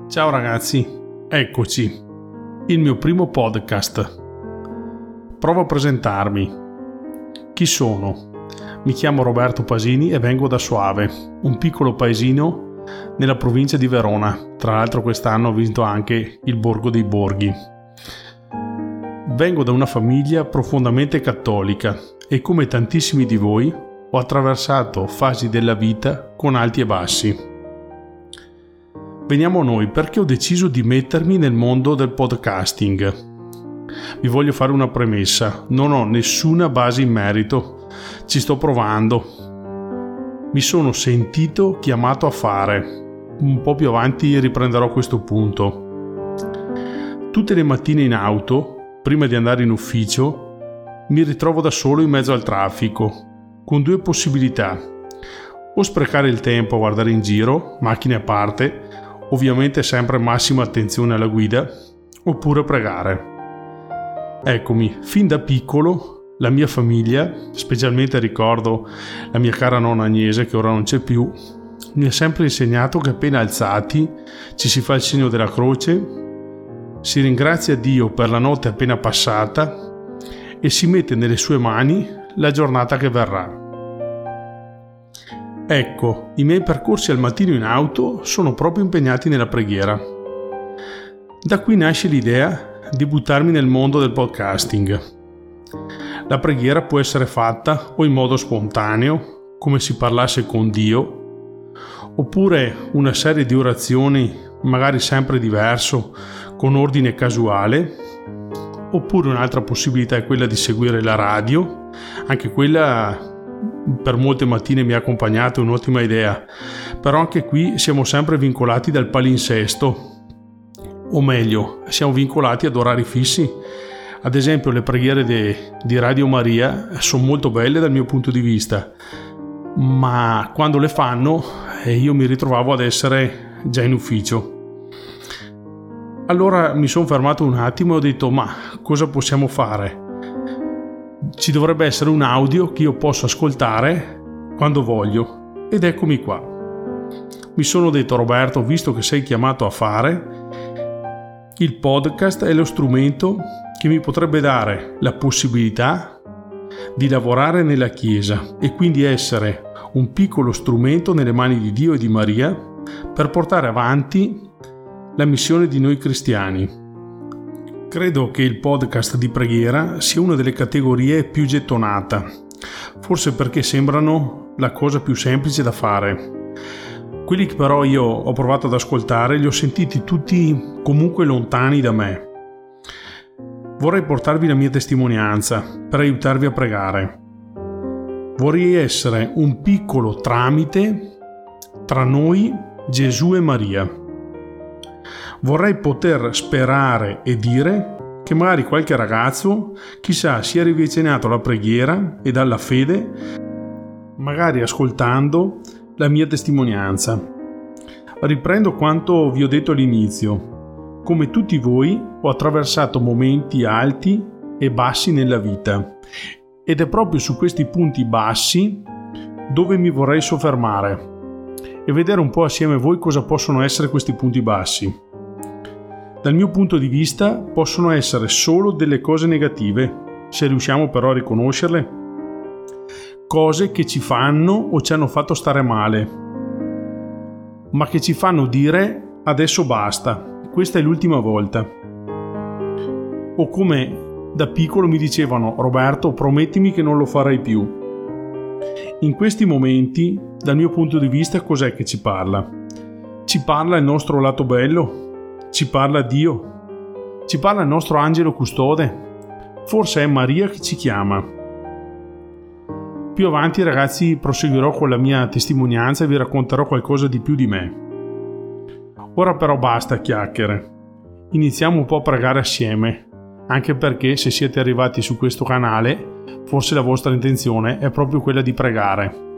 Ciao ragazzi, eccoci, il mio primo podcast. Provo a presentarmi. Chi sono? Mi chiamo Roberto Pasini e vengo da Soave, un piccolo paesino nella provincia di Verona. Tra l'altro quest'anno ho vinto anche il Borgo dei Borghi. Vengo da una famiglia profondamente cattolica e come tantissimi di voi ho attraversato fasi della vita con alti e bassi. Veniamo a noi perché ho deciso di mettermi nel mondo del podcasting. Vi voglio fare una premessa, non ho nessuna base in merito, ci sto provando. Mi sono sentito chiamato a fare. Un po' più avanti riprenderò questo punto. Tutte le mattine in auto, prima di andare in ufficio, mi ritrovo da solo in mezzo al traffico, con due possibilità. O sprecare il tempo a guardare in giro, macchine a parte, ovviamente sempre massima attenzione alla guida, oppure pregare. Eccomi, fin da piccolo la mia famiglia, specialmente ricordo la mia cara nonna Agnese che ora non c'è più, mi ha sempre insegnato che appena alzati ci si fa il segno della croce, si ringrazia Dio per la notte appena passata e si mette nelle sue mani la giornata che verrà. Ecco, i miei percorsi al mattino in auto sono proprio impegnati nella preghiera. Da qui nasce l'idea di buttarmi nel mondo del podcasting. La preghiera può essere fatta o in modo spontaneo, come se parlasse con Dio, oppure una serie di orazioni, magari sempre diverso, con ordine casuale, oppure un'altra possibilità è quella di seguire la radio, anche quella per molte mattine mi ha accompagnato, è un'ottima idea, però anche qui siamo sempre vincolati dal palinsesto, o meglio, siamo vincolati ad orari fissi. Ad esempio le preghiere di Radio Maria sono molto belle dal mio punto di vista, ma quando le fanno io mi ritrovavo ad essere già in ufficio. Allora mi sono fermato un attimo e ho detto: ma cosa possiamo fare? Ci dovrebbe essere un audio che io posso ascoltare quando voglio, ed eccomi qua. Mi sono detto: Roberto, visto che sei chiamato a fare, il podcast è lo strumento che mi potrebbe dare la possibilità di lavorare nella Chiesa e quindi essere un piccolo strumento nelle mani di Dio e di Maria per portare avanti la missione di noi cristiani. Credo che il podcast di preghiera sia una delle categorie più gettonata, forse perché sembrano la cosa più semplice da fare. Quelli che però io ho provato ad ascoltare li ho sentiti tutti comunque lontani da me. Vorrei portarvi la mia testimonianza per aiutarvi a pregare. Vorrei essere un piccolo tramite tra noi, Gesù e Maria. Vorrei poter sperare e dire che magari qualche ragazzo, chissà, si è riavvicinato alla preghiera e alla fede, magari ascoltando la mia testimonianza. Riprendo quanto vi ho detto all'inizio. Come tutti voi, ho attraversato momenti alti e bassi nella vita. Ed è proprio su questi punti bassi dove mi vorrei soffermare e vedere un po' assieme a voi cosa possono essere questi punti bassi. Dal mio punto di vista possono essere solo delle cose negative, se riusciamo però a riconoscerle, cose che ci fanno o ci hanno fatto stare male, ma che ci fanno dire adesso basta, questa è l'ultima volta. O come da piccolo mi dicevano: Roberto, promettimi che non lo farai più. In questi momenti, dal mio punto di vista, cos'è che ci parla? Ci parla il nostro lato bello? Ci parla Dio? Ci parla il nostro angelo custode? Forse è Maria che ci chiama. Più avanti, ragazzi, proseguirò con la mia testimonianza e vi racconterò qualcosa di più di me. Ora però basta chiacchiere. Iniziamo un po' a pregare assieme, anche perché se siete arrivati su questo canale, forse la vostra intenzione è proprio quella di pregare.